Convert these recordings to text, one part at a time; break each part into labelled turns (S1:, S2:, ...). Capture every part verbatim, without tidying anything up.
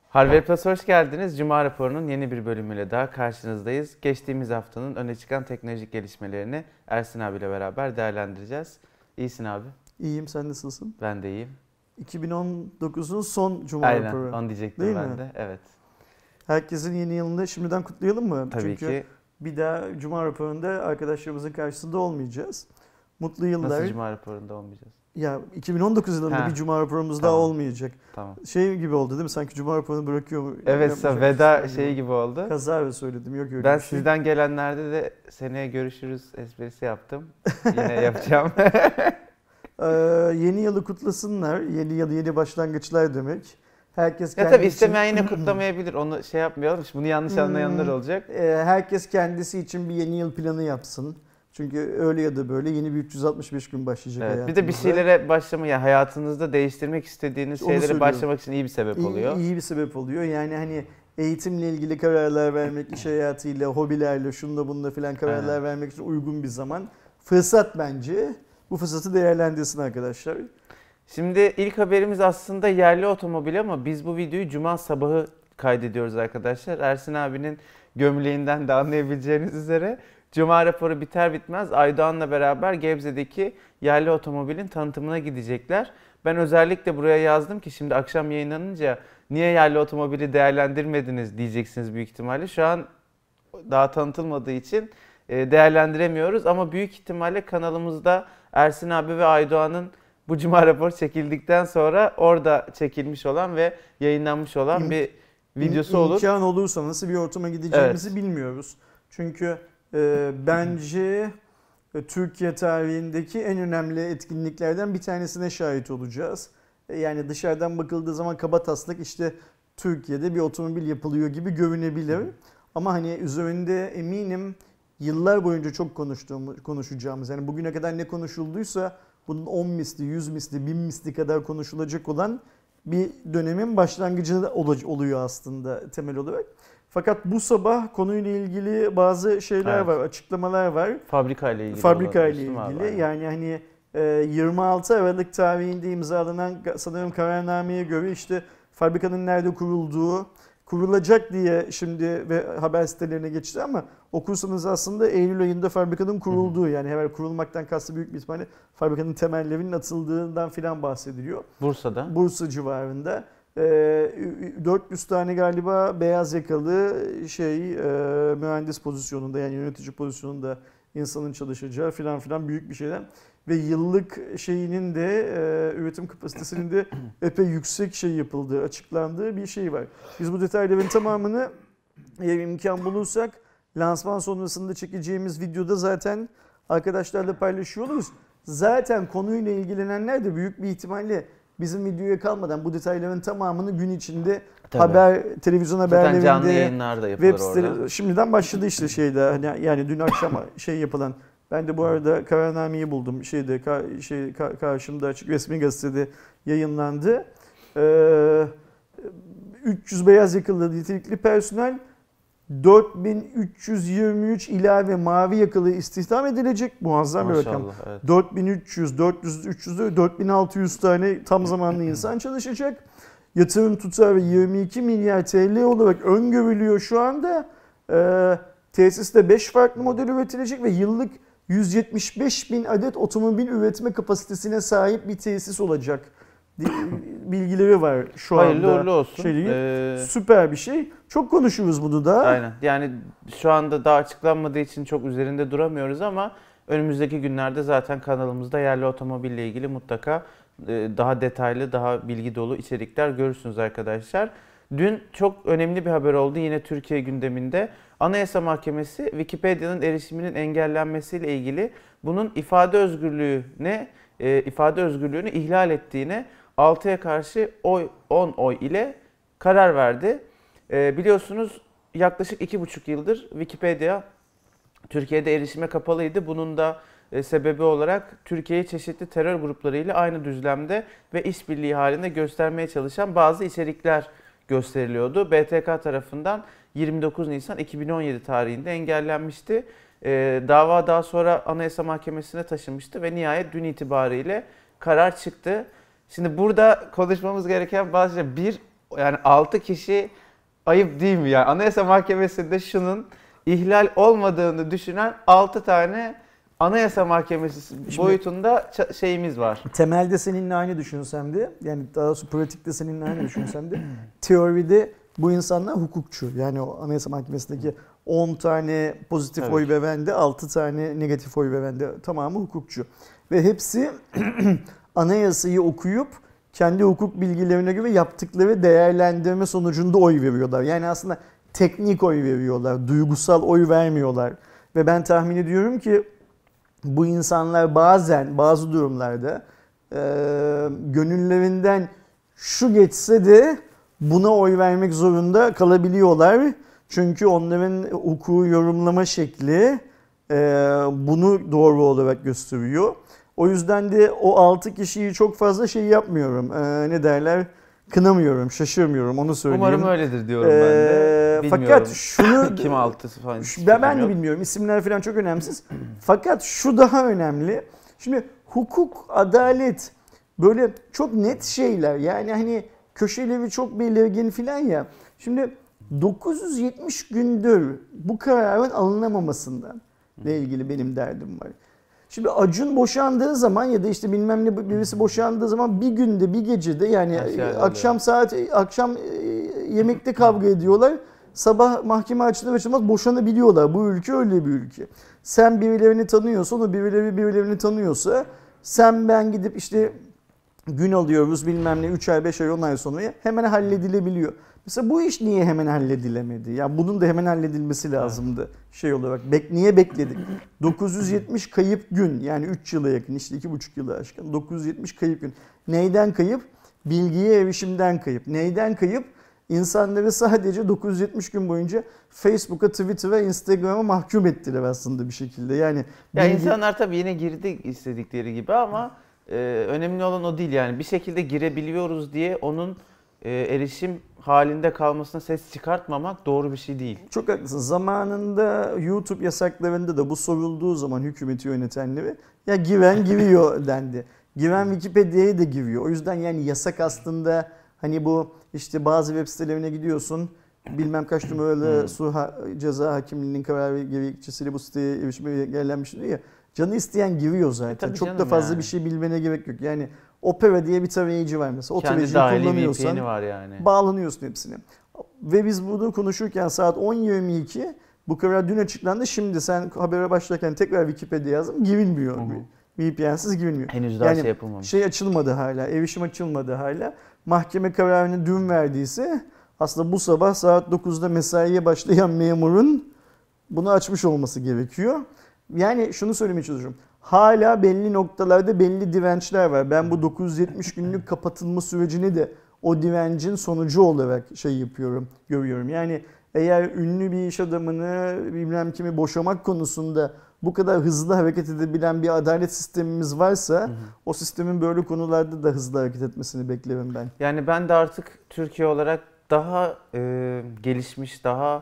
S1: Harvard Plus hoş geldiniz. Cuma raporunun yeni bir bölümüyle daha karşınızdayız. Geçtiğimiz haftanın öne çıkan teknolojik gelişmelerini Ersin abiyle beraber değerlendireceğiz. İyisin abi.
S2: İyiyim, sen nasılsın?
S1: Ben de iyiyim.
S2: iki bin on dokuzun son Cuma
S1: Aynen,
S2: raporu.
S1: Aynen, onu diyecektim
S2: Değil
S1: ben
S2: mi?
S1: de. Evet.
S2: Herkesin yeni yılını şimdiden kutlayalım mı?
S1: Tabii
S2: Çünkü
S1: ki.
S2: bir daha Cuma raporunda arkadaşlarımızın karşısında olmayacağız. Mutlu yıllar.
S1: Nasıl Cuma raporunda olmayacağız?
S2: Ya iki bin on dokuz yılında
S1: Ha.
S2: bir Cuma raporumuz
S1: Tamam.
S2: daha olmayacak.
S1: Tamam.
S2: Şey gibi oldu değil mi? Sanki Cuma raporunu bırakıyor mu?
S1: Evet, veda şeyi gibi oldu.
S2: Kaza söyledim. Yok öyle
S1: Ben
S2: bir şey.
S1: sizden gelenlerde de seneye görüşürüz esprisi yaptım. Yine yapacağım.
S2: Ee, yeni yılı kutlasınlar. Yeni yıl yeni başlangıçlar demek. Herkes
S1: Ya
S2: kendi
S1: tabii istemeyen
S2: için...
S1: yine kutlamayabilir. Onu şey yapmayalım. Bunu yanlış anlayanlar olacak.
S2: Ee, herkes kendisi için bir yeni yıl planı yapsın. Çünkü öyle ya da böyle yeni bir üç yüz altmış beş gün başlayacak
S1: Evet,
S2: hayatımızda.
S1: bir de bir şeylere başlamaya, hayatınızda değiştirmek istediğiniz
S2: Onu
S1: şeylere
S2: söylüyorum.
S1: başlamak için iyi bir sebep oluyor.
S2: İyi, iyi bir sebep oluyor. Yani hani eğitimle ilgili kararlar vermek, iş hayatıyla, hobilerle, şunla bununla filan kararlar
S1: Aynen.
S2: vermek için uygun bir zaman. Fırsat bence. Bu fırsatı değerlendirsin arkadaşlar.
S1: Şimdi ilk haberimiz aslında yerli otomobil ama biz bu videoyu Cuma sabahı kaydediyoruz arkadaşlar. Ersin abinin gömleğinden de anlayabileceğiniz üzere Cuma raporu biter bitmez Aydoğan'la beraber Gebze'deki yerli otomobilin tanıtımına gidecekler. Ben özellikle buraya yazdım ki şimdi akşam yayınlanınca niye yerli otomobili değerlendirmediniz diyeceksiniz büyük ihtimalle. Şu an daha tanıtılmadığı için değerlendiremiyoruz ama büyük ihtimalle kanalımızda Ersin abi ve Aydoğan'ın bu Cuma raporu çekildikten sonra orada çekilmiş olan ve yayınlanmış olan İm, bir videosu
S2: im,
S1: olur.
S2: İmkan olursa nasıl bir ortama gideceğimizi evet. bilmiyoruz. Çünkü e, bence e, Türkiye tarihindeki en önemli etkinliklerden bir tanesine şahit olacağız. E, yani dışarıdan bakıldığı zaman kabataslak işte Türkiye'de bir otomobil yapılıyor gibi görünebilir. Ama hani üzerinde eminim yıllar boyunca çok konuştuğumuz, konuşacağımız, yani bugüne kadar ne konuşulduysa bunun on misli, yüz misli, bin misli kadar konuşulacak olan bir dönemin başlangıcı oluyor aslında temel olarak. Fakat bu sabah konuyla ilgili bazı şeyler evet. var, açıklamalar var.
S1: Fabrika ile ilgili.
S2: Fabrika ile ilgili. Yani hani yirmi altı Aralık tarihinde imzalanan sanırım kararnameye göre işte fabrikanın nerede kurulduğu, kurulacak diye şimdi ve haber sitelerine geçti ama okursanız aslında Eylül ayında fabrikanın kurulduğu, hı hı. yani hemen kurulmaktan kastı büyük bir ihtimalle fabrikanın temellerinin atıldığından filan bahsediliyor.
S1: Bursa'da.
S2: Bursa civarında. dört yüz tane galiba beyaz yakalı şey mühendis pozisyonunda, yani yönetici pozisyonunda insanın çalışacağı filan filan büyük bir şeyden ve yıllık şeyinin de üretim kapasitesinin de epey yüksek şey yapıldığı, açıklandığı bir şey var. Biz bu detayların tamamını eğer imkan bulursak lansman sonrasında çekeceğimiz videoda zaten arkadaşlarla paylaşıyoruz. Zaten konuyla ilgilenenler de büyük bir ihtimalle bizim videoya kalmadan bu detayların tamamını gün içinde Tabii. haber, televizyon haberlerinde,
S1: canlı yayınlarda yapılır
S2: web siteleri, orada. Şimdiden başladı işte şeyde hani yani dün akşam şey yapılan. Ben de bu arada kararnameyi buldum. Şeyde şey karşımda açık resmi gazetede yayınlandı. Ee, üç yüz beyaz yakalı nitelikli personel, dört bin üç yüz yirmi üç ilave mavi yakalı istihdam edilecek. Muazzam Maşallah, bir rakam. Evet. dört bin üç yüz, dört yüz, üç yüz, dört bin altı yüz tane tam zamanlı insan çalışacak. Yatırım tutarı yirmi iki milyar T L olarak öngörülüyor şu anda. Ee, tesiste beş farklı model üretilecek ve yıllık yüz yetmiş beş bin adet otomobil üretme kapasitesine sahip bir tesis olacak. Bilgileri var şu
S1: Hayırlı
S2: anda.
S1: Hayırlı uğurlu olsun.
S2: Şey ee... Süper bir şey. Çok konuşuyoruz bunu da.
S1: Aynen. Yani şu anda daha açıklanmadığı için çok üzerinde duramıyoruz ama önümüzdeki günlerde zaten kanalımızda yerli otomobille ilgili mutlaka daha detaylı, daha bilgi dolu içerikler görürsünüz arkadaşlar. Dün çok önemli bir haber oldu yine Türkiye gündeminde. Anayasa Mahkemesi Wikipedia'nın erişiminin engellenmesiyle ilgili bunun ifade özgürlüğüne, e, ifade özgürlüğünü ihlal ettiğine altıya karşı oy, on oy ile karar verdi. E, biliyorsunuz yaklaşık iki buçuk yıldır Wikipedia Türkiye'de erişime kapalıydı. Bunun da e, sebebi olarak Türkiye'yi çeşitli terör gruplarıyla aynı düzlemde ve işbirliği halinde göstermeye çalışan bazı içerikler gösteriliyordu. B T K tarafından yirmi dokuz Nisan iki bin on yedi tarihinde engellenmişti. E, dava daha sonra Anayasa Mahkemesi'ne taşınmıştı ve nihayet dün itibariyle karar çıktı. Şimdi burada konuşmamız gereken bazı şey. Bir, yani altı kişi ayıp değil mi? Yani Anayasa Mahkemesi'nde şunun ihlal olmadığını düşünen altı tane Anayasa Mahkemesi
S2: Şimdi,
S1: boyutunda şeyimiz var.
S2: Temelde seninle aynı düşünsem de, yani daha doğrusu pratikte seninle aynı düşünsem de, teoride bu insanlar hukukçu. Yani o Anayasa Mahkemesi'ndeki on tane pozitif
S1: Evet.
S2: oy veren de altı tane negatif oy veren de tamamı hukukçu. Ve hepsi anayasayı okuyup kendi hukuk bilgilerine göre yaptıkları değerlendirme sonucunda oy veriyorlar. Yani aslında teknik oy veriyorlar, duygusal oy vermiyorlar. Ve ben tahmin ediyorum ki bu insanlar bazen bazı durumlarda e, gönüllerinden şu geçse de buna oy vermek zorunda kalabiliyorlar. Çünkü onların hukuku yorumlama şekli e, bunu doğru olarak gösteriyor. O yüzden de o altı kişiyi çok fazla şey yapmıyorum. E, ne derler? Kınamıyorum, şaşırmıyorum, onu söyleyeyim.
S1: Umarım öyledir diyorum ben de.
S2: Ee, fakat şunu
S1: kim altısı falan.
S2: Ben, ben de bilmiyorum. İsimler falan çok önemsiz. Fakat şu daha önemli. Şimdi hukuk, adalet böyle çok net şeyler. Yani hani köşeleri çok belirgin falan ya. Şimdi dokuz yüz yetmiş gündür bu kararın alınamamasından ile ilgili benim derdim var. Şimdi Acun boşandığı zaman ya da işte bilmem ne birisi boşandığı zaman bir günde bir gecede yani
S1: Aşağıda
S2: akşam
S1: oluyor.
S2: saat akşam yemekte kavga ediyorlar. Sabah mahkeme açılır açılmaz boşanabiliyorlar. Bu ülke öyle bir ülke. Sen birilerini tanıyorsan, o birileri birilerini tanıyorsa, sen ben gidip işte gün alıyoruz bilmem ne üç ay beş ay on ay sonra hemen halledilebiliyor. Mesela bu iş niye hemen halledilemedi? Ya bunun da hemen halledilmesi lazımdı şey olarak. Bek niye bekledik? dokuz yüz yetmiş kayıp gün, yani üç yıla yakın, işte iki buçuk yıla aşkın dokuz yüz yetmiş kayıp gün. Neyden kayıp? Bilgiye erişimden kayıp. Neyden kayıp? İnsanları sadece dokuz yüz yetmiş gün boyunca Facebook'a, Twitter'a, Instagram'a mahkum ettiler aslında bir şekilde. Yani
S1: ya
S2: bilgi...
S1: insanlar tabii yine girdi istedikleri gibi ama e, önemli olan o değil yani. Bir şekilde girebiliyoruz diye onun e, erişim halinde kalmasına ses çıkartmamak doğru bir şey değil.
S2: Çok haklısın. Zamanında YouTube yasaklarında da bu sorulduğu zaman hükümeti yönetenleri ya giren giriyor dendi. Giren Wikipedia'ya da giriyor. O yüzden yani yasak aslında hani bu işte bazı web sitelerine gidiyorsun. Bilmem kaç numaralı su ha- ceza hakimliğinin kararı gerekçesiyle bu siteye erişime engellenmiş diyor ya. Canı isteyen giriyor zaten.
S1: E
S2: Çok da fazla
S1: yani.
S2: bir şey bilmene gerek yok. Yani Opera diye bir tarayıcı var mesela. O
S1: Kendi
S2: tarayıcıyı
S1: dahili
S2: kullanıyorsan
S1: V P N'i var yani.
S2: bağlanıyorsun hepsine. Ve biz bunu konuşurken saat on yirmi iki bu karar dün açıklandı. Şimdi sen habere başlarken tekrar Wikipedia yazdım. Girilmiyor. Hı hı. V P N'siz girilmiyor.
S1: Henüz daha
S2: yani
S1: şey yapılmamış.
S2: Şey açılmadı hala. Erişim açılmadı hala. Mahkeme kararını dün verdiyse aslında bu sabah saat dokuzda mesaiye başlayan memurun bunu açmış olması gerekiyor. Yani şunu söylemeye çalışıyorum. Hala belli noktalarda belli dirençler var. Ben bu dokuz yüz yetmiş günlük kapatılma sürecini de o direncin sonucu olarak şey yapıyorum, görüyorum. Yani eğer ünlü bir iş adamını bilmem kimi boşamak konusunda bu kadar hızlı hareket edebilen bir adalet sistemimiz varsa hı hı. o sistemin böyle konularda da hızlı hareket etmesini beklerim ben.
S1: Yani ben de artık Türkiye olarak daha e, gelişmiş, daha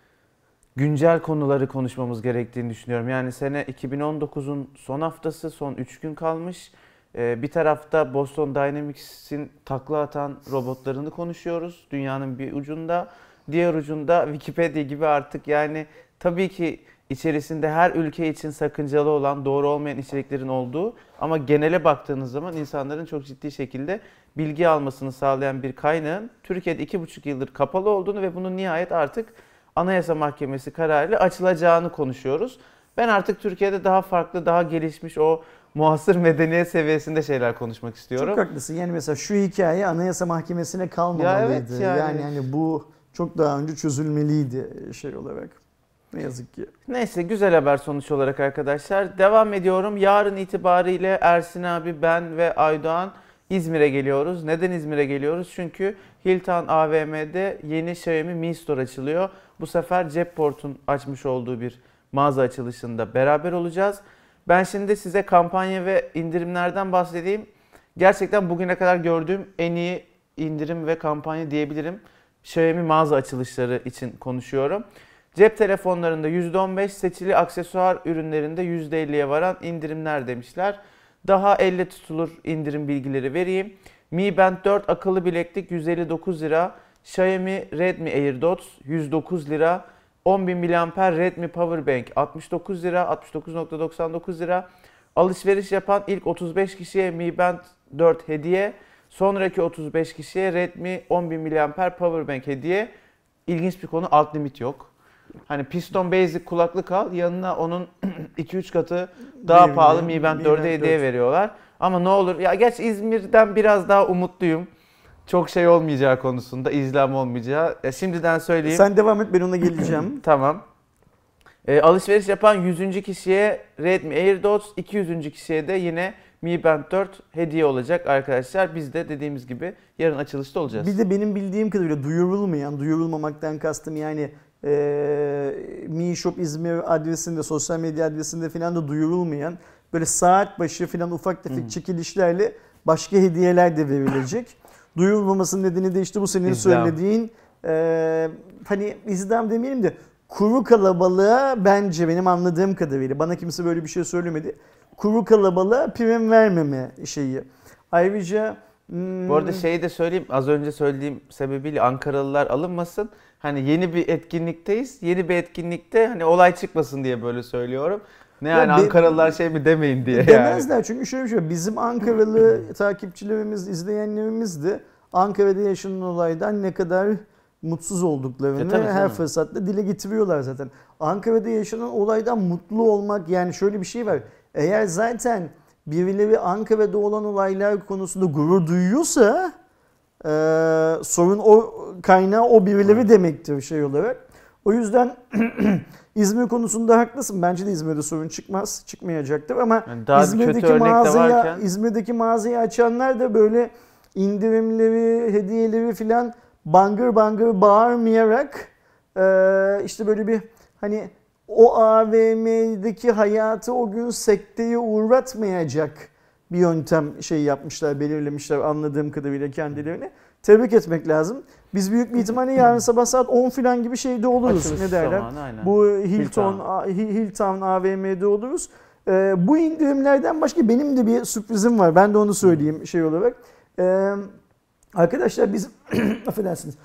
S1: güncel konuları konuşmamız gerektiğini düşünüyorum. Yani sene iki bin on dokuzun son haftası, son üç gün kalmış. E, bir tarafta Boston Dynamics'in takla atan robotlarını konuşuyoruz dünyanın bir ucunda. Diğer ucunda Wikipedia gibi artık yani tabii ki içerisinde her ülke için sakıncalı olan, doğru olmayan içeriklerin olduğu ama genele baktığınız zaman insanların çok ciddi şekilde bilgi almasını sağlayan bir kaynağın Türkiye'de iki buçuk yıldır kapalı olduğunu ve bunun nihayet artık Anayasa Mahkemesi kararıyla açılacağını konuşuyoruz. Ben artık Türkiye'de daha farklı, daha gelişmiş o muasır medeniyet seviyesinde şeyler konuşmak istiyorum.
S2: Çok haklısın. Yani mesela şu hikaye Anayasa Mahkemesi'ne kalmamalıydı.
S1: Ya evet yani.
S2: yani yani bu çok daha önce çözülmeliydi şey olarak. Ne yazık ki.
S1: Neyse güzel haber sonuç olarak arkadaşlar. Devam ediyorum. Yarın itibariyle Ersin abi, ben ve Aydoğan İzmir'e geliyoruz. Neden İzmir'e geliyoruz? Çünkü Hilton A V M'de yeni Xiaomi Mi Store açılıyor. Bu sefer Cepport'un açmış olduğu bir mağaza açılışında beraber olacağız. Ben şimdi size kampanya ve indirimlerden bahsedeyim. Gerçekten bugüne kadar gördüğüm en iyi indirim ve kampanya diyebilirim. Xiaomi mağaza açılışları için konuşuyorum. Cep telefonlarında yüzde on beş, seçili aksesuar ürünlerinde yüzde elliye varan indirimler demişler. Daha elle tutulur indirim bilgileri vereyim. Mi Band dört akıllı bileklik yüz elli dokuz lira. Xiaomi Redmi AirDots yüz dokuz lira. on bin miliamper Redmi Powerbank altmış dokuz lira, altmış dokuz virgül doksan dokuz lira. Alışveriş yapan ilk otuz beş kişiye Mi Band dört hediye. Sonraki otuz beş kişiye Redmi on bin miliamper Powerbank hediye. İlginç bir konu, alt limit yok. Hani Piston Basic kulaklık al, yanına onun iki üç katı daha
S2: Mi-
S1: pahalı
S2: Mi-
S1: Mi Band
S2: Mi
S1: dörde
S2: Band
S1: hediye
S2: dört.
S1: veriyorlar. Ama ne olur, ya geç İzmir'den biraz daha umutluyum. Çok şey olmayacağı konusunda, izlam olmayacağı. Ya şimdiden söyleyeyim.
S2: Sen devam et, ben ona geleceğim.
S1: Tamam. E, alışveriş yapan yüzüncü kişiye Redmi AirDots, iki yüzüncü kişiye de yine Mi Band dört hediye olacak arkadaşlar. Biz de dediğimiz gibi yarın açılışta olacağız.
S2: Bir de benim bildiğim kadarıyla duyurulmayan, duyurulmamaktan kastım yani e, Mi Shop İzmir adresinde, sosyal medya adresinde falan da duyurulmayan böyle saat başı falan ufak tefek
S1: Hı.
S2: çekilişlerle başka hediyeler de verilecek. Duyurulmamasının nedeni de işte bu senin
S1: İzdam.
S2: söylediğin e, hani izdam demeyelim de kuru kalabalığa, bence benim anladığım kadarıyla, bana kimse böyle bir şey söylemedi, kuru kalabalığa prim vermeme şeyi. Ayrıca hmm,
S1: Bu arada şeyi de söyleyeyim, az önce söylediğim sebebiyle Ankaralılar alınmasın. Hani yeni bir etkinlikteyiz. Yeni bir etkinlikte hani olay çıkmasın diye böyle söylüyorum. Ne yani
S2: Ya be-
S1: Ankaralılar şey mi demeyin diye yani.
S2: demezler çünkü şöyle bir şey var. Bizim Ankaralı takipçilerimiz, izleyenlerimiz de Ankara'da yaşanan olaydan ne kadar mutsuz olduklarını
S1: E, tabii
S2: her
S1: canım.
S2: fırsatta dile getiriyorlar zaten. Ankara'da yaşanan olaydan mutlu olmak, yani şöyle bir şey var. Eğer zaten birileri Ankara'da olan olaylar konusunda gurur duyuyorsa e, sorun o kaynağı o birileri demektir şey olarak. O yüzden İzmir konusunda haklısın. Bence de İzmir'de sorun çıkmaz, çıkmayacaktır ama
S1: Yani daha bir kötü
S2: İzmir'deki
S1: örnek de
S2: mağazaya,
S1: varken.
S2: İzmir'deki mağazayı açanlar da böyle indirimleri, hediyeleri filan bangır bangır bağırmayarak e, işte böyle bir hani o A V M'deki hayatı o gün sekteye uğratmayacak bir yöntem şey yapmışlar, belirlemişler anladığım kadarıyla kendilerini. Tebrik etmek lazım. Biz büyük bir ihtimalle yarın sabah saat on filan gibi şeyde oluruz.
S1: Açılış
S2: Ne derler?
S1: zamanı, aynen.
S2: Bu Hilton,
S1: Hilltown.
S2: A- Hilltown A V M'de oluruz. Ee, bu indirimlerden başka benim de bir sürprizim var. Ben de onu söyleyeyim şey olarak. Ee, arkadaşlar biz affedersiniz.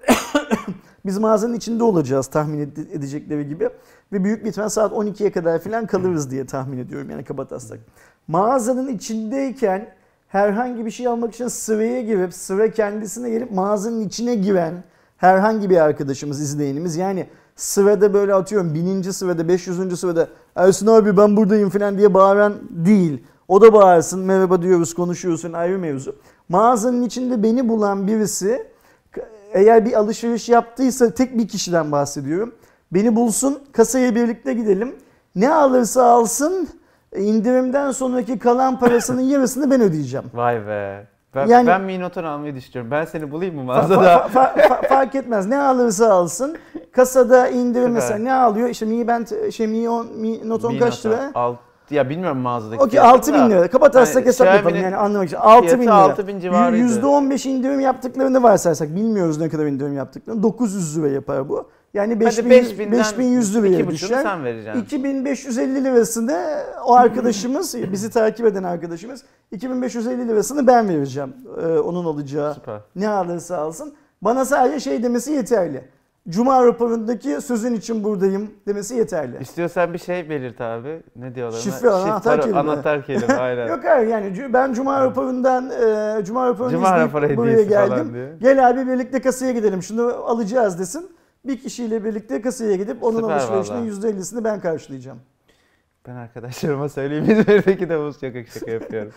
S2: Biz mağazanın içinde olacağız tahmin ede- edecekleri gibi. Ve büyük bir ihtimal saat on ikiye kadar falan kalırız diye tahmin ediyorum yani kabataslak. Mağazanın içindeyken herhangi bir şey almak için sıraya girip sıra kendisine gelip mağazanın içine giren herhangi bir arkadaşımız, izleyenimiz, yani sırada böyle atıyorum bininci sırada, beş yüzüncü sırada Ersin abi ben buradayım falan diye bağıran değil. O da bağırsın, merhaba diyoruz, konuşuyoruz, ayrı mevzu. Mağazanın içinde beni bulan birisi eğer bir alışveriş yaptıysa, tek bir kişiden bahsediyorum, beni bulsun, kasaya birlikte gidelim. Ne alırsa alsın indirimden sonraki kalan parasının yarısını ben ödeyeceğim.
S1: Vay be. Ben,
S2: Yani-
S1: ben Minotaur almayı düşünüyorum. Ben seni bulayım mı
S2: Fa-
S1: mağazada?
S2: fa- fa- fa- fark etmez. Ne alırsa alsın. Kasada indirim
S1: Süper.
S2: mesela ne alıyor? İşte Mi Band, şey Mi on, Mi Note on kaç lira?
S1: Alt, ya bilmiyorum mağazadaki
S2: Okey
S1: fiyatını
S2: altı bin
S1: da.
S2: lira. Kapatarsak
S1: Hani
S2: hesap yapalım
S1: Xiaomi'nin
S2: yani anlamak için. altı bin
S1: fiyatı
S2: lira.
S1: altı bin civarıydı.
S2: yüzde on beş indirim yaptıklarını varsayarsak, bilmiyoruz ne kadar indirim yaptıklarını. dokuz yüz lira yapar bu. Yani beş
S1: Hadi
S2: bin,
S1: beş binden
S2: beş bin yüz liraya
S1: iki buçuğunu
S2: düşer.
S1: sen vereceksin.
S2: iki bin beş yüz elli lirasını o arkadaşımız, bizi takip eden arkadaşımız, iki bin beş yüz elli lirasını ben vereceğim. Ee, onun alacağı
S1: Süper.
S2: ne alırsa alsın. Bana sadece şey demesi yeterli. Cuma raporundaki sözün için buradayım demesi yeterli.
S1: İstiyorsan bir şey belirt abi. Ne diyorlar ona?
S2: Şifre, anahtar
S1: paro-
S2: kelime.
S1: Anahtar kelime aynen.
S2: Yok hayır yani cu- ben Cuma raporundan e, Cuma raporunu
S1: Cuma
S2: izleyip
S1: raporu
S2: buraya
S1: hediyesi falan
S2: geldim.
S1: diye.
S2: Gel abi birlikte kasaya gidelim, şunu alacağız desin. Bir kişiyle birlikte kasaya gidip onun
S1: Süper
S2: alışverişinin
S1: vallahi.
S2: yüzde ellisini ben karşılayacağım.
S1: Ben arkadaşlarıma söyleyeyim. İzmir'deki de bu şaka şaka yapıyorum.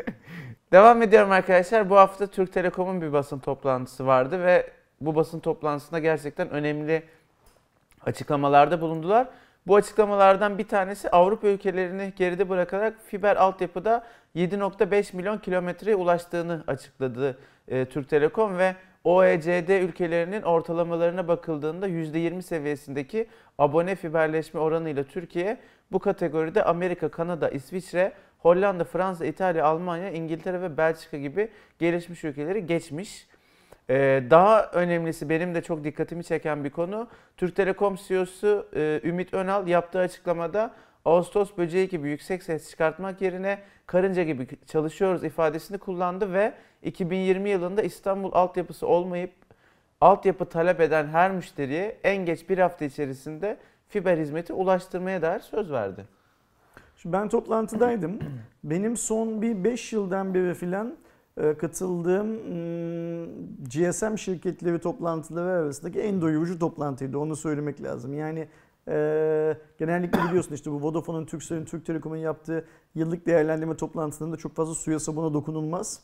S1: Devam ediyorum arkadaşlar. Bu hafta Türk Telekom'un bir basın toplantısı vardı ve bu basın toplantısında gerçekten önemli açıklamalarda bulundular. Bu açıklamalardan bir tanesi Avrupa ülkelerini geride bırakarak fiber altyapıda yedi nokta beş milyon kilometreye ulaştığını açıkladı e, Türk Telekom ve O E C D ülkelerinin ortalamalarına bakıldığında yüzde yirmi seviyesindeki abone fiberleşme oranıyla Türkiye bu kategoride Amerika, Kanada, İsviçre, Hollanda, Fransa, İtalya, Almanya, İngiltere ve Belçika gibi gelişmiş ülkeleri geçmiş. Ee, daha önemlisi, benim de çok dikkatimi çeken bir konu, Türk Telekom C E O'su e, Ümit Önal yaptığı açıklamada Ağustos böceği gibi yüksek ses çıkartmak yerine karınca gibi çalışıyoruz ifadesini kullandı ve iki bin yirmi yılında İstanbul altyapısı olmayıp altyapı talep eden her müşteriye en geç bir hafta içerisinde fiber hizmeti ulaştırmaya dair söz verdi.
S2: Şimdi ben toplantıdaydım. Benim son bir beş yıldan beri filan katıldığım G S M şirketleri toplantıları arasındaki en doyurucu toplantıydı. Onu söylemek lazım. Yani e, genellikle biliyorsun işte bu Vodafone'un, Turkcell'in, Türk Telekom'un yaptığı yıllık değerlendirme toplantılarında çok fazla suya sabuna dokunulmaz.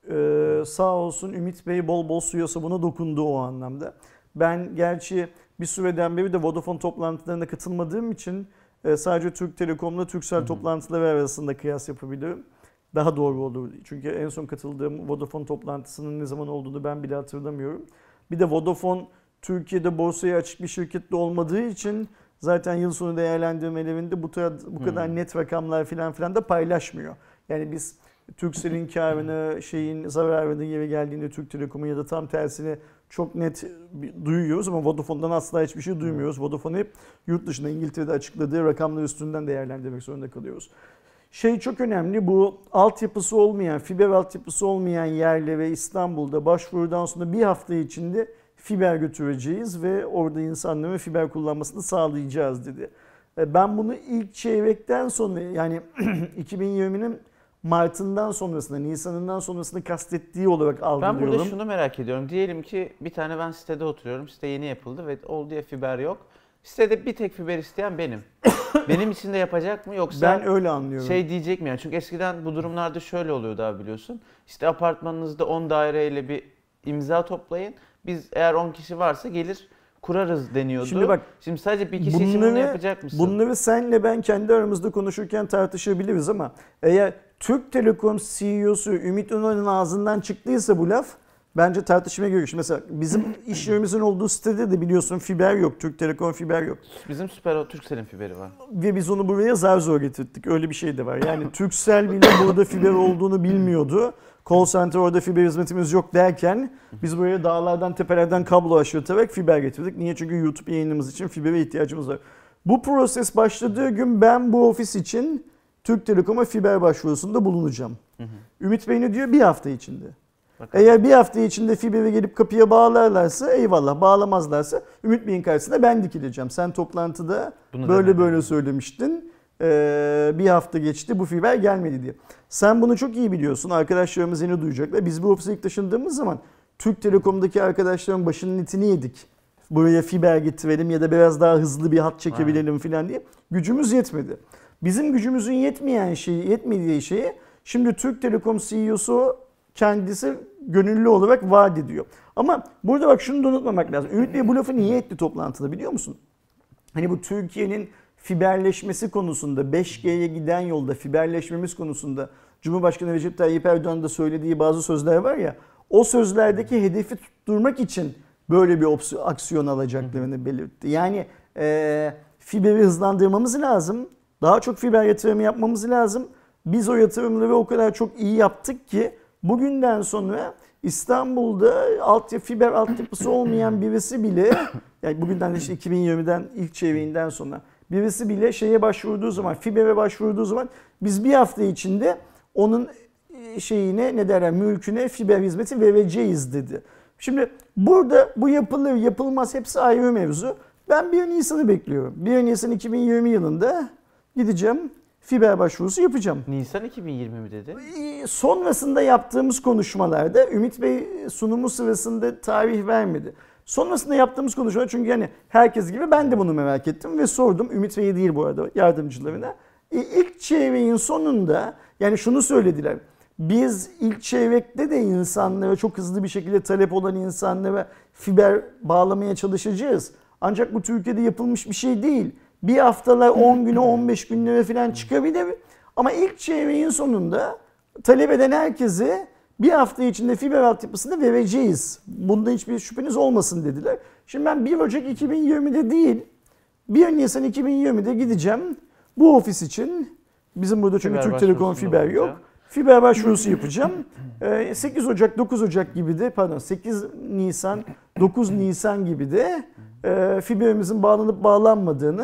S2: Ee, sağ olsun Ümit Bey bol bol suya sabuna dokundu o anlamda. Ben gerçi bir süreden beri de Vodafone toplantılarına katılmadığım için e, sadece Türk Telekom'la Turkcell toplantıları arasında kıyas yapabilirim. Daha doğru olur. Çünkü en son katıldığım Vodafone toplantısının ne zaman olduğunu ben bile hatırlamıyorum. Bir de Vodafone Türkiye'de borsaya açık bir şirkette olmadığı için zaten yıl sonu değerlendirmelerinde bu, bu kadar hmm. net rakamlar filan filan da paylaşmıyor. Yani biz Turkcell'in karını, şeyin zararını yeri geldiğinde Türk Telekom'un ya da tam tersini çok net duyuyoruz ama Vodafone'dan asla hiçbir şey duymuyoruz. Vodafone hep yurt dışında İngiltere'de açıkladığı rakamlar üstünden değerlendirmek zorunda kalıyoruz. Şey çok önemli, bu altyapısı olmayan, fiber altyapısı olmayan yerlere İstanbul'da başvurudan sonra bir hafta içinde fiber götüreceğiz ve orada insanların fiber kullanmasını sağlayacağız dedi. Ben bunu ilk çeyrekten sonra, yani iki bin yirminin Mart'ından sonrasında, Nisan'ından sonrasında kastettiği olarak algılıyorum.
S1: Ben burada şunu merak ediyorum. Diyelim ki bir tane ben sitede oturuyorum. Site yeni yapıldı ve oldu ya fiber yok. Sitede bir tek fiber isteyen benim. Benim için de yapacak mı yoksa
S2: ben öyle anlıyorum.
S1: Şey diyecek mi yani? Çünkü eskiden bu durumlarda şöyle oluyordu abi biliyorsun. İşte apartmanınızda on daireyle bir imza toplayın. Biz eğer on kişi varsa gelir kurarız deniyordu. Şimdi bak, şimdi sadece bir kişi bunları, için bunu yapacak mısın?
S2: Bunları senle ben kendi aramızda konuşurken tartışabiliriz ama eğer Türk Telekom C E O'su Ümit Önal'ın ağzından çıktıysa bu laf bence tartışmaya görüyor. Mesela bizim iş yerimizin olduğu sitede de biliyorsun fiber yok. Türk Telekom fiber yok.
S1: Bizim Süper Turkcell'in fiberi var.
S2: Ve biz onu buraya zar zor getirdik. Öyle bir şey de var. Yani Turkcell bile burada fiber olduğunu bilmiyordu. Call center orada fiber hizmetimiz yok derken biz buraya dağlardan tepelerden kablo aşırtarak fiber getirdik. Niye? Çünkü YouTube yayınımız için fibere ihtiyacımız var. Bu proses başladığı gün ben bu ofis için Türk Telekom'a fiber başvurusunda bulunacağım. Hı hı. Ümit Bey ne diyor? Bir hafta içinde. Bakalım. Eğer bir hafta içinde fiberi gelip kapıya bağlarlarsa eyvallah, bağlamazlarsa Ümit Bey'in karşısında ben dikileceğim. Sen toplantıda bunu böyle böyle mi? söylemiştin. Ee, bir hafta geçti bu fiber gelmedi diye. Sen bunu çok iyi biliyorsun. Arkadaşlarımız yeni duyacaklar. Biz bu ofise ilk taşındığımız zaman Türk Telekom'daki arkadaşların başının etini yedik. Buraya fiber getirelim ya da biraz daha hızlı bir hat çekebilelim falan diye. Gücümüz yetmedi. Bizim gücümüzün yetmeyen şeyi, yetmediği şeyi şimdi Türk Telekom C E O'su kendisi gönüllü olarak vaat ediyor. Ama burada bak şunu da unutmamak lazım. Ümit Bey bu lafı niye etti toplantıda biliyor musun? Hani bu Türkiye'nin fiberleşmesi konusunda, beş G'ye giden yolda fiberleşmemiz konusunda Cumhurbaşkanı Recep Tayyip Erdoğan'ın da söylediği bazı sözler var ya, o sözlerdeki hedefi tutturmak için böyle bir aksiyon alacaklarını belirtti. Yani e, fiberi hızlandırmamız lazım. Daha çok fiber yatırımı yapmamız lazım. Biz o yatırımları o kadar çok iyi yaptık ki bugünden sonra İstanbul'da alt, fiber altyapısı olmayan birisi bile, yani bugünden işte iki bin yirmiden ilk çeyreğinden sonra birisi bile şeye başvurduğu zaman, fibere başvurduğu zaman biz bir hafta içinde onun şeyine, ne derler, mülküne fiber hizmeti vereceğiz dedi. Şimdi burada bu yapılır yapılmaz hepsi ayrı mevzu. Ben bir Nisan'ı bekliyorum. bir Nisan iki bin yirmi yılında gideceğim, fiber başvurusu yapacağım.
S1: Nisan iki bin yirmi mi dedi?
S2: Sonrasında yaptığımız konuşmalarda Ümit Bey sunumu sırasında tarih vermedi. Sonrasında yaptığımız konuşmalar, çünkü yani herkes gibi ben de bunu merak ettim ve sordum. Ümit Bey değil bu arada, yardımcılarına. E, ilk çeyreğin sonunda yani şunu söylediler. Biz ilk çeyrekte de insanlara, çok hızlı bir şekilde talep olan insanlara fiber bağlamaya çalışacağız. Ancak bu Türkiye'de yapılmış bir şey değil. Bir haftalar on güne on beş günlere falan çıkabilir. Ama ilk çeyreğin sonunda talep eden herkese bir hafta içinde fiber altyapısını vereceğiz. Bunda hiçbir şüpheniz olmasın dediler. Şimdi ben bir Ocak iki bin yirmide değil, bir Nisan iki bin yirmide gideceğim. Bu ofis için, bizim burada çünkü fiber Türk Telekom fiber yok. Olacak. Fiber başvurusu yapacağım. sekiz Ocak, dokuz Ocak gibi de, pardon sekiz Nisan, dokuz Nisan gibi de fiberimizin bağlanıp bağlanmadığını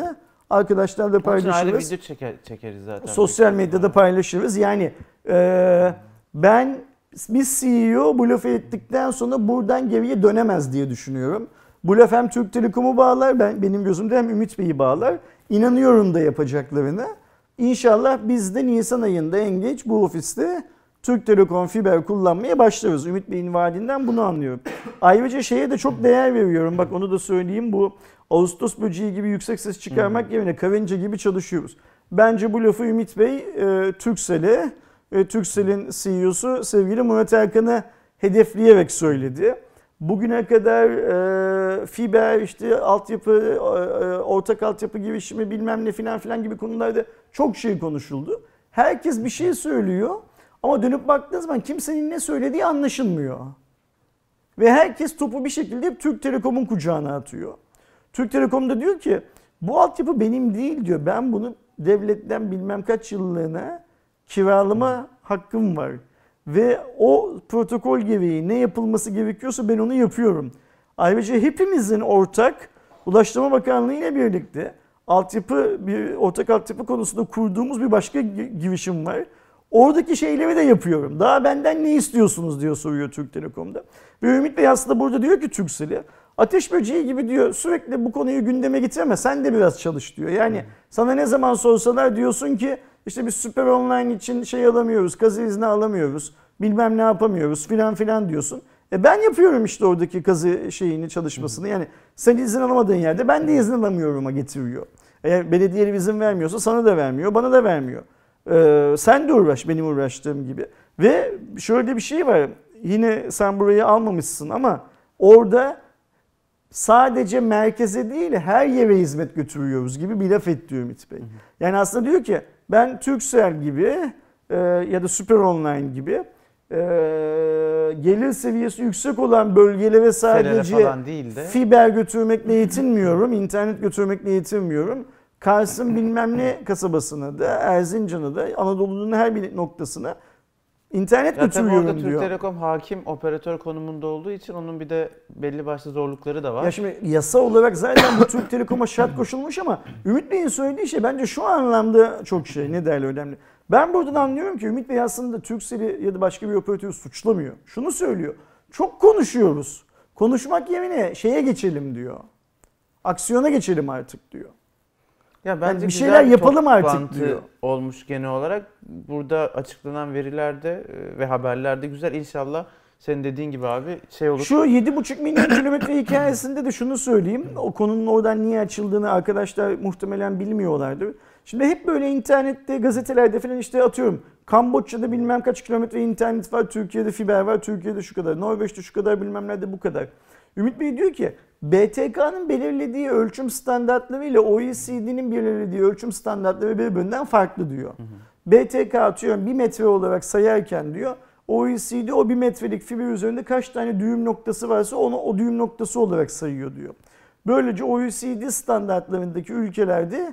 S2: Arkadaşlarla
S1: Paylaşırız. Ayrı
S2: paylaşırız.
S1: video çeker, çekeriz zaten.
S2: Sosyal medyada paylaşırız. Yani e, ben biz C E O bu lafı ettikten sonra buradan geriye dönemez diye düşünüyorum. Bu laf hem Türk Telekom'u bağlar, ben benim gözümde hem Ümit Bey'i bağlar. İnanıyorum da yapacaklarına. İnşallah biz de Nisan ayında en geç bu ofiste Türk Telekom fiber kullanmaya başlarız. Ümit Bey'in vaadinden bunu anlıyorum. Ayrıca şeye de çok değer veriyorum. Bak onu da söyleyeyim. Bu Ağustos böceği gibi yüksek ses çıkarmak yerine karınca gibi çalışıyoruz. Bence bu lafı Ümit Bey e, Turkcell'e, e, Turkcell'in C E O'su sevgili Murat Erkan'ı hedefleyerek söyledi. Bugüne kadar e, fiber, işte altyapı, e, ortak altyapı girişimi bilmem ne filan filan gibi konularda çok şey konuşuldu. Herkes bir şey söylüyor ama dönüp baktığınız zaman kimsenin ne söylediği anlaşılmıyor. Ve herkes topu bir şekilde Türk Telekom'un kucağına atıyor. Türk Telekom da diyor ki bu altyapı benim değil diyor. Ben bunu devletten bilmem kaç yıllığına kiralama hakkım var. Ve o protokol gereği ne yapılması gerekiyorsa ben onu yapıyorum. Ayrıca hepimizin ortak Ulaştırma Bakanlığı ile birlikte altyapı, bir ortak altyapı konusunda kurduğumuz bir başka girişim var. Oradaki şeyleri de yapıyorum. Daha benden ne istiyorsunuz diyor soruyor Türk Telekom'da. Ve Ümit Bey aslında burada diyor ki Turkcell'e ateş böceği gibi diyor sürekli bu konuyu gündeme getirme sen de biraz çalış diyor. Yani hmm. sana ne zaman sorsalar diyorsun ki işte biz süper online için şey alamıyoruz, kazı izni alamıyoruz, bilmem ne yapamıyoruz filan filan diyorsun. E ben yapıyorum işte oradaki kazı şeyini çalışmasını. Yani sen izin alamadığın yerde ben de izin alamıyorum'a getiriyor. Eğer belediye izin vermiyorsa sana da vermiyor, bana da vermiyor. Ee, sen de uğraş benim uğraştığım gibi. Ve şöyle bir şey var. Yine sen burayı almamışsın ama orada sadece merkeze değil her yere hizmet götürüyoruz gibi bir laf etti Ümit Bey. Yani aslında diyor ki ben Turkcell gibi e, ya da Süper Online gibi e, gelir seviyesi yüksek olan bölgelere sadece
S1: de.
S2: fiber götürmekle yetinmiyorum, internet götürmekle yetinmiyorum. Kars'ın bilmem ne kasabasına da, Erzincan'a da, Anadolu'nun her bir noktasına internet
S1: ya
S2: götürüyorum
S1: orada
S2: diyor.
S1: Türk Telekom hakim operatör konumunda olduğu için onun bir de belli başlı zorlukları da var.
S2: Ya şimdi yasa olarak zaten bu Türk Telekom'a şart koşulmuş ama Ümit Bey'in söylediği şey bence şu anlamda çok şey, ne derler önemli. Ben buradan anlıyorum ki Ümit Bey aslında Turkcell'i ya da başka bir operatörü suçlamıyor. Şunu söylüyor, çok konuşuyoruz. Konuşmak yerine şeye geçelim diyor. Aksiyona geçelim artık diyor.
S1: Ya bence
S2: yani bir şeyler
S1: bir
S2: yapalım artık diyor.
S1: Olmuş genel olarak. Burada açıklanan verilerde ve haberlerde güzel. İnşallah senin dediğin gibi abi şey olur.
S2: Şu yedi buçuk milyon kilometre hikayesinde de şunu söyleyeyim. O konunun oradan niye açıldığını arkadaşlar muhtemelen bilmiyorlardır. Şimdi hep böyle internette, gazetelerde falan işte atıyorum. Kamboçya'da bilmem kaç kilometre internet var, Türkiye'de fiber var, Türkiye'de şu kadar, Norveç'te şu kadar bilmem nerede bu kadar. Ümit Bey diyor ki B T K'nın belirlediği ölçüm standartları ile O E C D'nin belirlediği ölçüm standartları birbirinden farklı diyor. Hı hı. B T K atıyorum bir metre olarak sayarken diyor O E C D o bir metrelik fiber üzerinde kaç tane düğüm noktası varsa onu o düğüm noktası olarak sayıyor diyor. Böylece O E C D standartlarındaki ülkelerde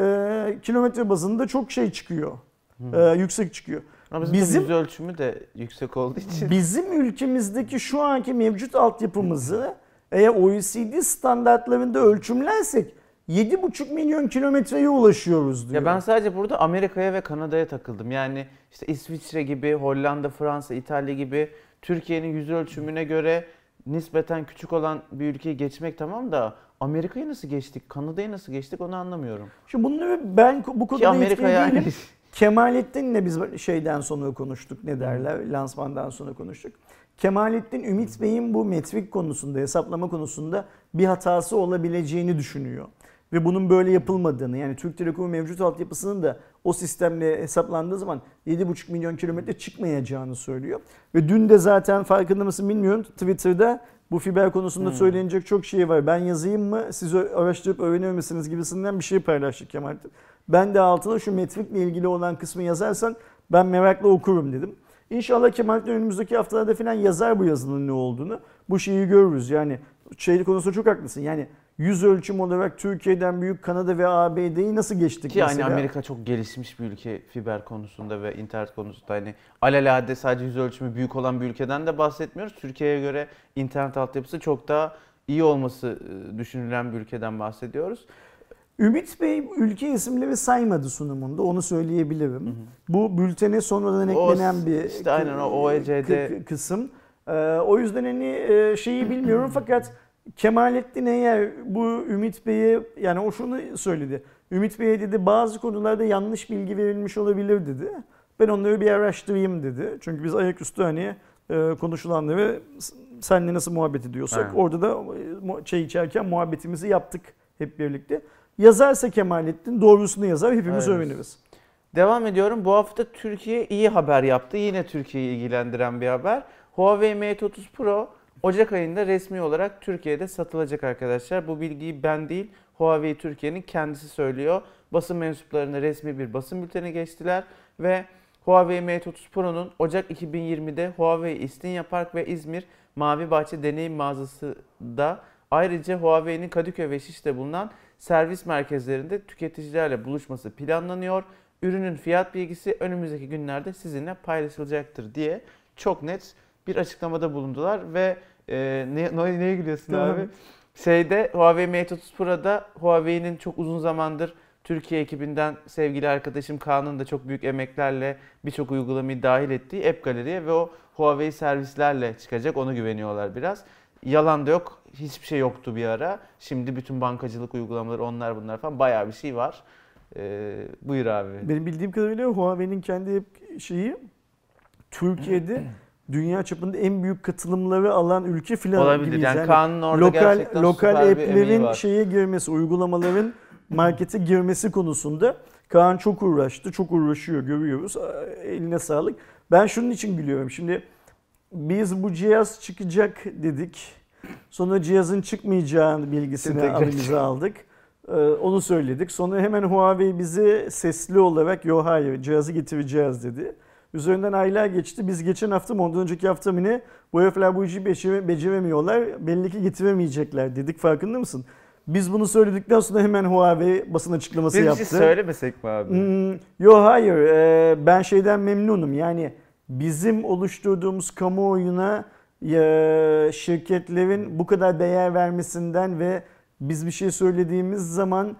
S2: e, kilometre bazında çok şey çıkıyor. E, yüksek çıkıyor.
S1: Ama bizim, bizim yüz ölçümü de yüksek olduğu için.
S2: Bizim ülkemizdeki şu anki mevcut altyapımızı eğer O E C D standartlarında ölçümlersek yedi buçuk milyon kilometreye ulaşıyoruz diyor.
S1: Ya ben sadece burada Amerika'ya ve Kanada'ya takıldım. Yani işte İsviçre gibi, Hollanda, Fransa, İtalya gibi Türkiye'nin yüz ölçümüne göre nispeten küçük olan bir ülkeyi geçmek tamam da Amerika'yı nasıl geçtik, Kanada'yı nasıl geçtik onu anlamıyorum.
S2: Şimdi bunları ben bu konuda
S1: etkili yani... değilim.
S2: Kemalettin'le biz şeyden sonra konuştuk, ne derler, lansmandan sonra konuştuk. Kemalettin Ümit Bey'in bu metrik konusunda, hesaplama konusunda bir hatası olabileceğini düşünüyor. Ve bunun böyle yapılmadığını, yani Türk Telekom'un mevcut altyapısının da o sistemle hesaplandığı zaman yedi buçuk milyon kilometre çıkmayacağını söylüyor. Ve dün de zaten farkında mısın bilmiyorum, Twitter'da bu fiber konusunda hmm. söylenecek çok şey var. Ben yazayım mı, siz araştırıp öğrenir misiniz gibisinden bir şey paylaştık Kemalettin. Ben de altına şu metrikle ilgili olan kısmı yazarsan ben merakla okurum dedim. İnşallah Kemalettin önümüzdeki haftalarda falan yazar bu yazının ne olduğunu. Bu şeyi görürüz. Yani şey konusunda çok haklısın. Yani yüz ölçüm olarak Türkiye'den büyük Kanada ve A B D'yi nasıl geçtik
S1: ki
S2: mesela?
S1: Yani Amerika çok gelişmiş bir ülke fiber konusunda ve internet konusunda. Hani alelade sadece yüz ölçümü büyük olan bir ülkeden de bahsetmiyoruz. Türkiye'ye göre internet altyapısı çok daha iyi olması düşünülen bir ülkeden bahsediyoruz.
S2: Ümit Bey ülke isimleri saymadı sunumunda, onu söyleyebilirim. Hı hı. Bu bültene sonradan eklenen
S1: o,
S2: bir
S1: işte aynen o O E C D
S2: kısım. Ee, o yüzden hani şeyi bilmiyorum fakat Kemalettin eğer bu Ümit Bey'e, yani o şunu söyledi. Ümit Bey'e dedi bazı konularda yanlış bilgi verilmiş olabilir dedi. Ben onları bir araştırayım dedi. Çünkü biz ayaküstü hani konuşulanları seninle nasıl muhabbet ediyorsak evet. Orada da çay içerken muhabbetimizi yaptık hep birlikte. Yazarsa Kemalettin doğrusunu yazar, hepimiz evet. Öğreniriz.
S1: Devam ediyorum. Bu hafta Türkiye iyi haber yaptı. Yine Türkiye'yi ilgilendiren bir haber. Huawei Mate otuz Pro Ocak ayında resmi olarak Türkiye'de satılacak arkadaşlar. Bu bilgiyi ben değil, Huawei Türkiye'nin kendisi söylüyor. Basın mensuplarına resmi bir basın bülteni geçtiler ve Huawei Mate otuz Pro'nun Ocak iki bin yirmide Huawei İstinye Park ve İzmir Mavi Bahçe Deneyim Mağazası'da, ayrıca Huawei'nin Kadıköy ve Şişli'de bulunan servis merkezlerinde tüketicilerle buluşması planlanıyor. Ürünün fiyat bilgisi önümüzdeki günlerde sizinle paylaşılacaktır diye çok net bir açıklamada bulundular ve e, ne, ne, neye gülüyorsun abi? Şeyde Huawei Mate otuz Pro'da Huawei'nin çok uzun zamandır Türkiye ekibinden sevgili arkadaşım Kaan'ın da çok büyük emeklerle birçok uygulamayı dahil ettiği App Gallery'e ve o Huawei servislerle çıkacak. Ona güveniyorlar biraz. Yalan da yok. Hiçbir şey yoktu bir ara. Şimdi bütün bankacılık uygulamaları, onlar bunlar falan, bayağı bir şey var. Ee, buyur abi.
S2: Benim bildiğim kadarıyla Huawei'nin kendi şeyi Türkiye'de dünya çapında en büyük katılımları alan ülke filan
S1: olabilir.
S2: gibi.
S1: Yani, yani Kaan'ın orada
S2: lokal,
S1: gerçekten
S2: lokal
S1: süper bir emeği
S2: app'lerin
S1: var.
S2: şeye girmesi, uygulamaların markete girmesi konusunda Kaan çok uğraştı. Çok uğraşıyor, görüyoruz. Eline sağlık. Ben şunun için gülüyorum. Şimdi biz bu cihaz çıkacak dedik. Sonra cihazın çıkmayacağını bilgisini elimize aldık. Ee, onu söyledik. Sonra hemen Huawei bize sesli olarak yo hayır cihazı getireceğiz dedi. Üzerinden aylar geçti. Biz geçen hafta mı ondan önceki hafta mı ne bu herifler bu işi beceremiyorlar. Belli ki getiremeyecekler dedik, farkında mısın? Biz bunu söyledikten sonra hemen Huawei basın açıklaması
S1: Biz
S2: yaptı.
S1: Biz bir şey söylemesek mi abi?
S2: Hmm, yo hayır ee, ben şeyden memnunum. Yani bizim oluşturduğumuz kamuoyuna ya, şirketlerin bu kadar değer vermesinden ve biz bir şey söylediğimiz zaman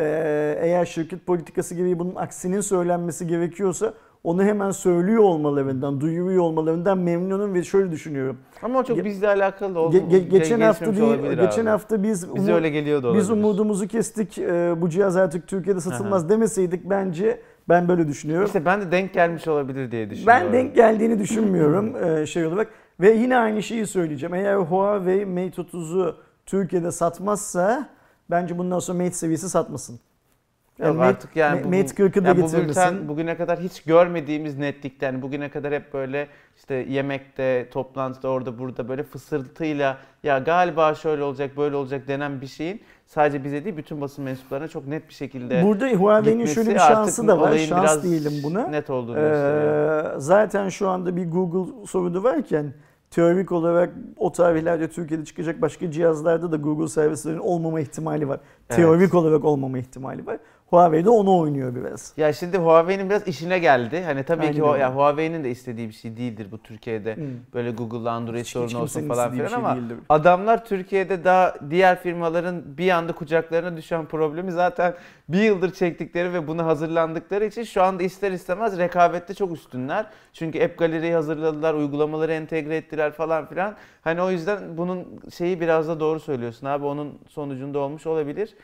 S2: eğer şirket politikası gereği bunun aksinin söylenmesi gerekiyorsa onu hemen söylüyor olmalarından, duyuruyor olmalarından memnunum ve şöyle düşünüyorum.
S1: Ama o çok Ge- bizle alakalı oldu.
S2: Ge- ge- geçen hafta değil, geçen abi. hafta biz
S1: bize öyle geliyordu olabilir.
S2: Biz umudumuzu kestik. Bu cihaz artık Türkiye'de satılmaz Aha. demeseydik bence ben böyle düşünüyorum.
S1: İşte ben de denk gelmiş olabilir diye düşünüyorum.
S2: Ben denk geldiğini düşünmüyorum şey olarak. Ve yine aynı şeyi söyleyeceğim. Eğer Huawei Mate otuzu Türkiye'de satmazsa bence bundan sonra Mate seviyesi satmasın.
S1: Yani Yok
S2: Mate,
S1: artık yani
S2: Mate kırkı da
S1: yani
S2: getirmesin.
S1: Bu bülten bugüne kadar hiç görmediğimiz netlikten, yani bugüne kadar hep böyle işte yemekte, toplantıda, orada burada böyle fısıltıyla ya galiba şöyle olacak, böyle olacak denen bir şeyin sadece bize değil bütün basın mensuplarına çok net bir şekilde
S2: burada Huawei'nin şöyle bir şansı da var. Şans diyelim buna.
S1: Net olduğunu gösteriyor.
S2: Ee, zaten şu anda bir Google sorunu varken teorik olarak o tarihlerde Türkiye'de çıkacak başka cihazlarda da Google servislerinin olmama ihtimali var. Evet. Teorik olarak olmama ihtimali var. Huawei de onu oynuyor biraz.
S1: Ya şimdi Huawei'nin biraz işine geldi. Hani tabii Aynen ki o, ya Huawei'nin de istediği bir şey değildir bu Türkiye'de. Hmm. Böyle Google'la Android sorunu olsun falan filan şey ama değildir. Adamlar Türkiye'de daha diğer firmaların bir anda kucaklarına düşen problemi zaten bir yıldır çektikleri ve buna hazırlandıkları için şu anda ister istemez rekabette çok üstünler. Çünkü App Gallery'yi hazırladılar, uygulamaları entegre ettiler falan filan. Hani o yüzden bunun şeyi biraz da doğru söylüyorsun abi, onun sonucunda olmuş olabilir.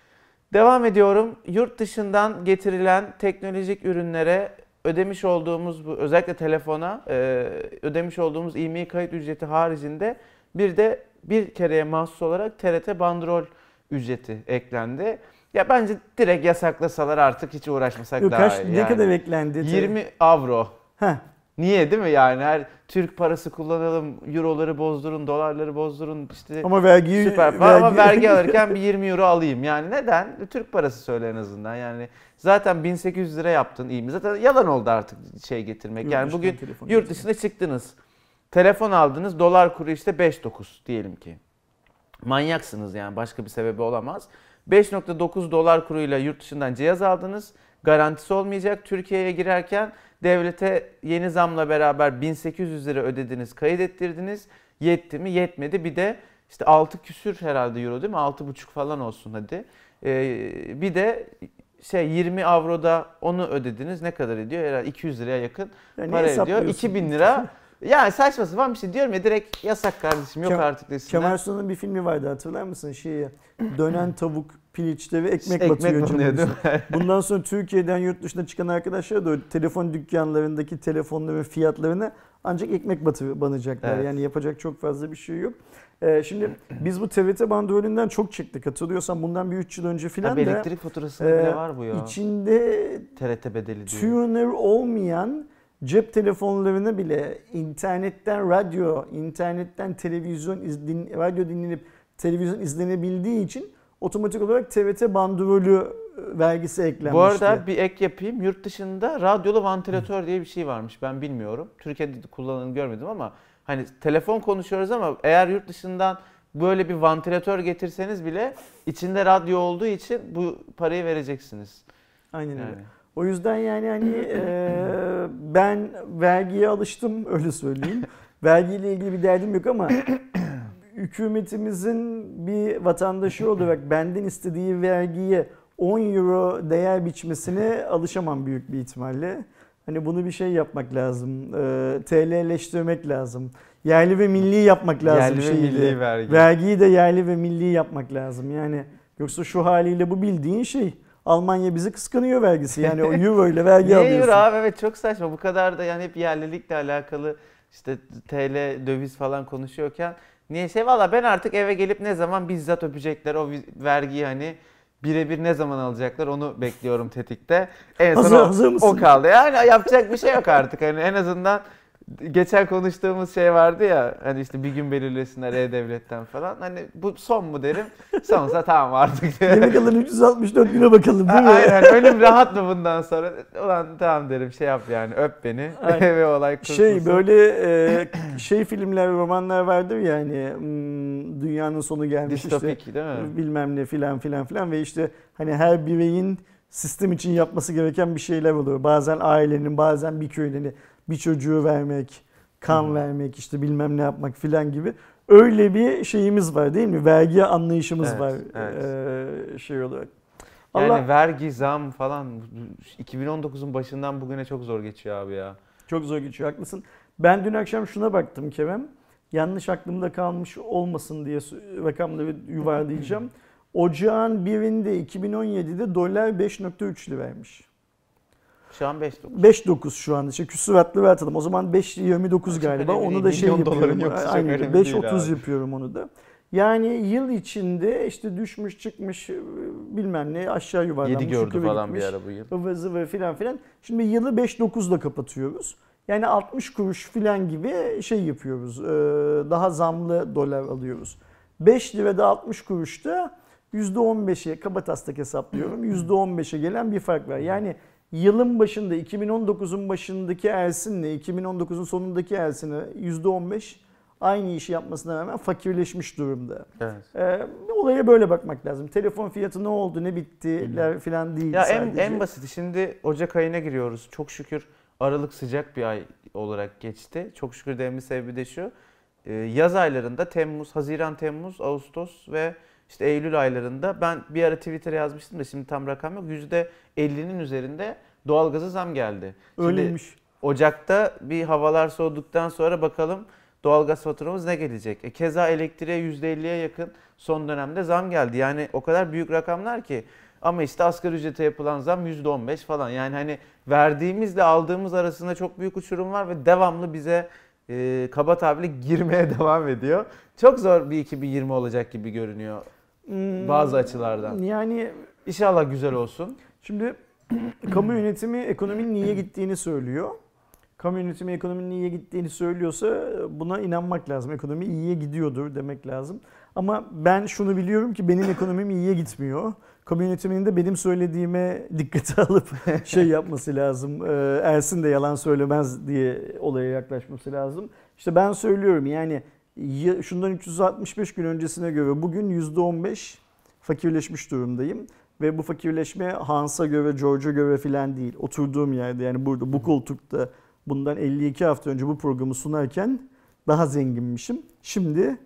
S1: Devam ediyorum. Yurt dışından getirilen teknolojik ürünlere ödemiş olduğumuz, bu özellikle telefona ödemiş olduğumuz I M E I kayıt ücreti haricinde bir de bir kereye mahsus olarak T R T bandrol ücreti eklendi. Ya bence direkt yasaklasalar artık hiç uğraşmasak
S2: Yok,
S1: daha
S2: kaç,
S1: iyi.
S2: Ne
S1: yani.
S2: kadar eklendi?
S1: yirmi avro.
S2: Heh.
S1: Niye değil mi yani? Her Türk parası kullanalım, euroları bozdurun, dolarları bozdurun, işte
S2: ama vergi
S1: süper vergi... ama vergi alırken bir yirmi euro alayım. Yani neden? Türk parası söyle en azından. Yani zaten bin sekiz yüz lira yaptın iyi mi? Zaten yalan oldu artık şey getirmek. Yurt yani bugün yurt dışına çıktınız. Telefon aldınız. Dolar kuru işte beş dokuz diyelim ki. Manyaksınız yani, başka bir sebebi olamaz. beş nokta dokuz dolar kuruyla yurt dışından cihaz aldınız. Garantisi olmayacak. Türkiye'ye girerken devlete yeni zamla beraber bin sekiz yüz lira ödediniz, kayıt ettirdiniz. Yetti mi? Yetmedi. Bir de işte altı küsür herhalde euro değil mi? altı buçuk falan olsun hadi. Ee, bir de şey yirmi avroda onu ödediniz. Ne kadar ediyor? Herhalde iki yüz liraya yakın
S2: Yani
S1: para ediyor. iki bin lira. Yani saçma sapan bir şey diyorum ya, direkt yasak kardeşim, yok
S2: Kem-
S1: artık desinler.
S2: Kemal Sunal'ın bir filmi vardı, hatırlar mısın? Şeyi, dönen tavuk piliçte ve ekmek,
S1: Ekmek
S2: batıyor.
S1: banıyor, değil mi?
S2: Bundan sonra Türkiye'den yurt dışına çıkan arkadaşlar da o telefon dükkanlarındaki telefonların fiyatlarını ancak ekmek batı banacaklar.
S1: Evet.
S2: Yani yapacak çok fazla bir şey yok. Ee, şimdi biz bu T R T bandrolünden çok çıktık. Hatırlıyorsan bundan bir üç yıl önce filan
S1: Tabii
S2: da
S1: elektrik faturasında
S2: e,
S1: bile var bu ya.
S2: içinde
S1: T R T bedeli diyor.
S2: tuner olmayan cep telefonlarını bile internetten radyo, internetten televizyon izlen, radyo dinlenip televizyon izlenebildiği için otomatik olarak T R T bandrolü vergisi eklenmişti.
S1: Bu arada bir ek yapayım. Yurt dışında radyolu vantilatör diye bir şey varmış. Ben bilmiyorum. Türkiye'de kullanıldığını görmedim ama hani telefon konuşuyoruz ama eğer yurt dışından böyle bir vantilatör getirseniz bile içinde radyo olduğu için bu parayı vereceksiniz.
S2: Aynen öyle.
S1: Yani.
S2: O yüzden yani hani e, ben vergiye alıştım, öyle söyleyeyim. Vergiyle ilgili bir derdim yok ama hükümetimizin bir vatandaşı olarak benden istediği vergiye on euro değer biçmesine alışamam büyük bir ihtimalle. Hani bunu bir şey yapmak lazım. E, T L'leştirmek lazım. Yerli ve milli yapmak lazım.
S1: Yerli ve
S2: şeyi de.
S1: milli vergi.
S2: Vergiyi de yerli ve milli yapmak lazım. Yani yoksa şu haliyle bu bildiğin şey. Almanya bizi kıskanıyor vergisi. Yani o euro ile vergi
S1: Niye
S2: alıyorsun.
S1: euro abi? Evet, çok saçma. Bu kadar da yani hep yerlilikle alakalı işte T L, döviz falan konuşuyorken niye şey, valla ben artık eve gelip ne zaman bizzat öpecekler o vergiyi, hani birebir ne zaman alacaklar onu bekliyorum tetikte. En son
S2: Hazır-
S1: o,
S2: hazır mısın?
S1: o kaldı. Yani yapacak bir şey yok artık. Hani en azından geçen konuştuğumuz şey vardı ya, hani işte bir gün belirlesinler E-Devlet'ten falan. Hani bu son mu derim. Sonsa tamam artık.
S2: Geri kalan üç yüz altmış dört güne bakalım değil mi?
S1: Aynen, ölüm rahat mı bundan sonra? Ulan tamam derim, şey yap yani, öp beni ve olay kurtulsun.
S2: Şey böyle e, şey filmler, romanlar vardır ya hani hmm, dünyanın sonu gelmiş
S1: Distopik
S2: işte
S1: değil mi?
S2: bilmem ne filan filan filan ve işte hani her bireyin sistem için yapması gereken bir şeyler oluyor. Bazen ailenin, bazen bir köyün, hani bir çocuğu vermek, kan
S1: Hı.
S2: vermek, işte bilmem ne yapmak filan gibi. Öyle bir şeyimiz var değil mi? Vergi anlayışımız
S1: Evet,
S2: var
S1: evet.
S2: e, şey olarak.
S1: Yani
S2: Allah
S1: vergi, zam falan iki bin on dokuzun başından bugüne çok zor geçiyor abi ya.
S2: çok zor geçiyor, haklısın. Ben dün akşam şuna baktım Kerem. Yanlış aklımda kalmış olmasın diye rakamları yuvarlayacağım. Ocağın birinde iki bin on yedide dolar beş nokta üç liraymış.
S1: Şu an beş dokuz.
S2: beş nokta dokuz şu an. İşte küsuratlı atalım. O zaman beş nokta yirmi dokuz
S1: Çok
S2: galiba.
S1: önemli
S2: Onu
S1: değil.
S2: da şey
S1: Milyon doların
S2: yapıyorum.
S1: yoksa çok
S2: Aynen.
S1: önemli
S2: beş
S1: değil
S2: nokta otuz
S1: abi.
S2: yapıyorum onu da. Yani yıl içinde işte düşmüş çıkmış bilmem ne aşağı yuvarlanmış.
S1: yedi gördü
S2: yukarı
S1: falan
S2: gitmiş,
S1: bir ara bu yıl.
S2: ıvır zıvır filan filan. Şimdi yılı beş nokta dokuzla kapatıyoruz. Yani altmış kuruş filan gibi şey yapıyoruz. Daha zamlı dolar alıyoruz. beş lirada altmış kuruşta yüzde on beşe kabataslak hesaplıyorum. yüzde on beşe gelen bir fark var. Yani yılın başında iki bin on dokuzun başındaki Ersin'le iki bin on dokuzun sonundaki Ersin'e yüzde on beş aynı işi yapmasına rağmen fakirleşmiş durumda.
S1: Evet.
S2: Ee, olaya böyle bakmak lazım. Telefon fiyatı ne oldu, ne bittiler falan değil
S1: Ya en,
S2: sadece.
S1: en basiti, şimdi Ocak ayına giriyoruz. Çok şükür Aralık sıcak bir ay olarak geçti. Çok şükür dememin sebebi de şu. Ee, yaz aylarında Temmuz, Haziran, Temmuz, Ağustos ve işte Eylül aylarında ben bir ara Twitter'a yazmıştım da şimdi tam rakam yok. yüzde ellinin üzerinde doğalgaza zam geldi. Şimdi
S2: Öyleymiş.
S1: Ocak'ta bir havalar soğuduktan sonra bakalım doğalgaz faturamız ne gelecek? E, keza elektriğe yüzde elliye yakın son dönemde zam geldi. Yani o kadar büyük rakamlar ki. Ama işte asgari ücrete yapılan zam yüzde on beş falan. Yani hani verdiğimizle aldığımız arasında çok büyük uçurum var ve devamlı bize e, kaba tabirle girmeye devam ediyor. Çok zor bir iki bin yirmi olacak gibi görünüyor
S2: Hmm,
S1: bazı açılardan.
S2: Yani
S1: İnşallah güzel olsun.
S2: şimdi kamu yönetimi ekonominin iyiye gittiğini söylüyor. Kamu yönetimi ekonominin iyiye gittiğini söylüyorsa buna inanmak lazım. Ekonomi iyiye gidiyordur demek lazım. Ama ben şunu biliyorum ki benim ekonomim iyiye gitmiyor. Kamu yönetiminin de benim söylediğime dikkate alıp şey yapması lazım. Ee, Ersin de yalan söylemez diye olaya yaklaşması lazım. İşte ben söylüyorum yani şundan üç yüz altmış beş gün öncesine göre bugün yüzde on beş fakirleşmiş durumdayım. Ve bu fakirleşme Hans'a göre, George'a göre filan değil. Oturduğum yerde, yani burada bu koltukta bundan elli iki hafta önce bu programı sunarken daha zenginmişim. Şimdi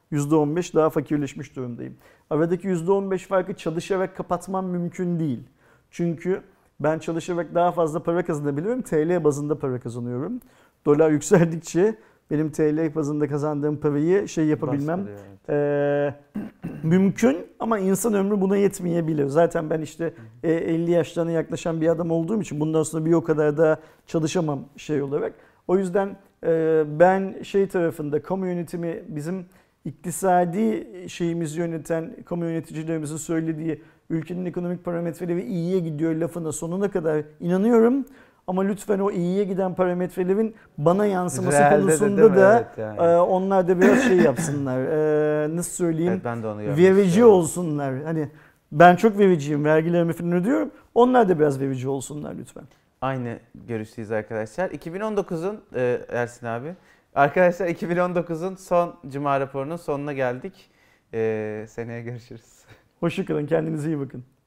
S2: yüzde on beş daha fakirleşmiş durumdayım. Aradaki yüzde on beş farkı çalışarak kapatmam mümkün değil. Çünkü ben çalışarak daha fazla para kazanabiliyorum. T L bazında para kazanıyorum. Dolar yükseldikçe benim T L bazında kazandığım parayı şey yapabilmem e, mümkün ama insan ömrü buna yetmeyebilir. Zaten ben işte e, elli yaşlarına yaklaşan bir adam olduğum için bundan sonra bir o kadar da çalışamam şey olarak. O yüzden e, ben şey tarafında kamu yönetimi bizim iktisadi şeyimizi yöneten kamu yöneticilerimizin söylediği ülkenin ekonomik parametreleri iyiye gidiyor lafına sonuna kadar inanıyorum. Ama lütfen o iyiye giden parametrelerin bana yansıması
S1: Realde
S2: konusunda
S1: de,
S2: da
S1: evet yani.
S2: e, onlar da biraz şey yapsınlar. E, nasıl söyleyeyim?
S1: Evet, ben de onu görmek
S2: verici
S1: istiyorum.
S2: olsunlar. Hani ben çok vericiyim, vergilerimi falan ödüyorum. Onlar da biraz verici olsunlar lütfen.
S1: Aynı görüşteyiz arkadaşlar. iki bin on dokuzun e, Ersin abi. Arkadaşlar iki bin on dokuzun son Cuma raporunun sonuna geldik. E, seneye görüşürüz.
S2: Hoşçakalın, kendinize iyi bakın.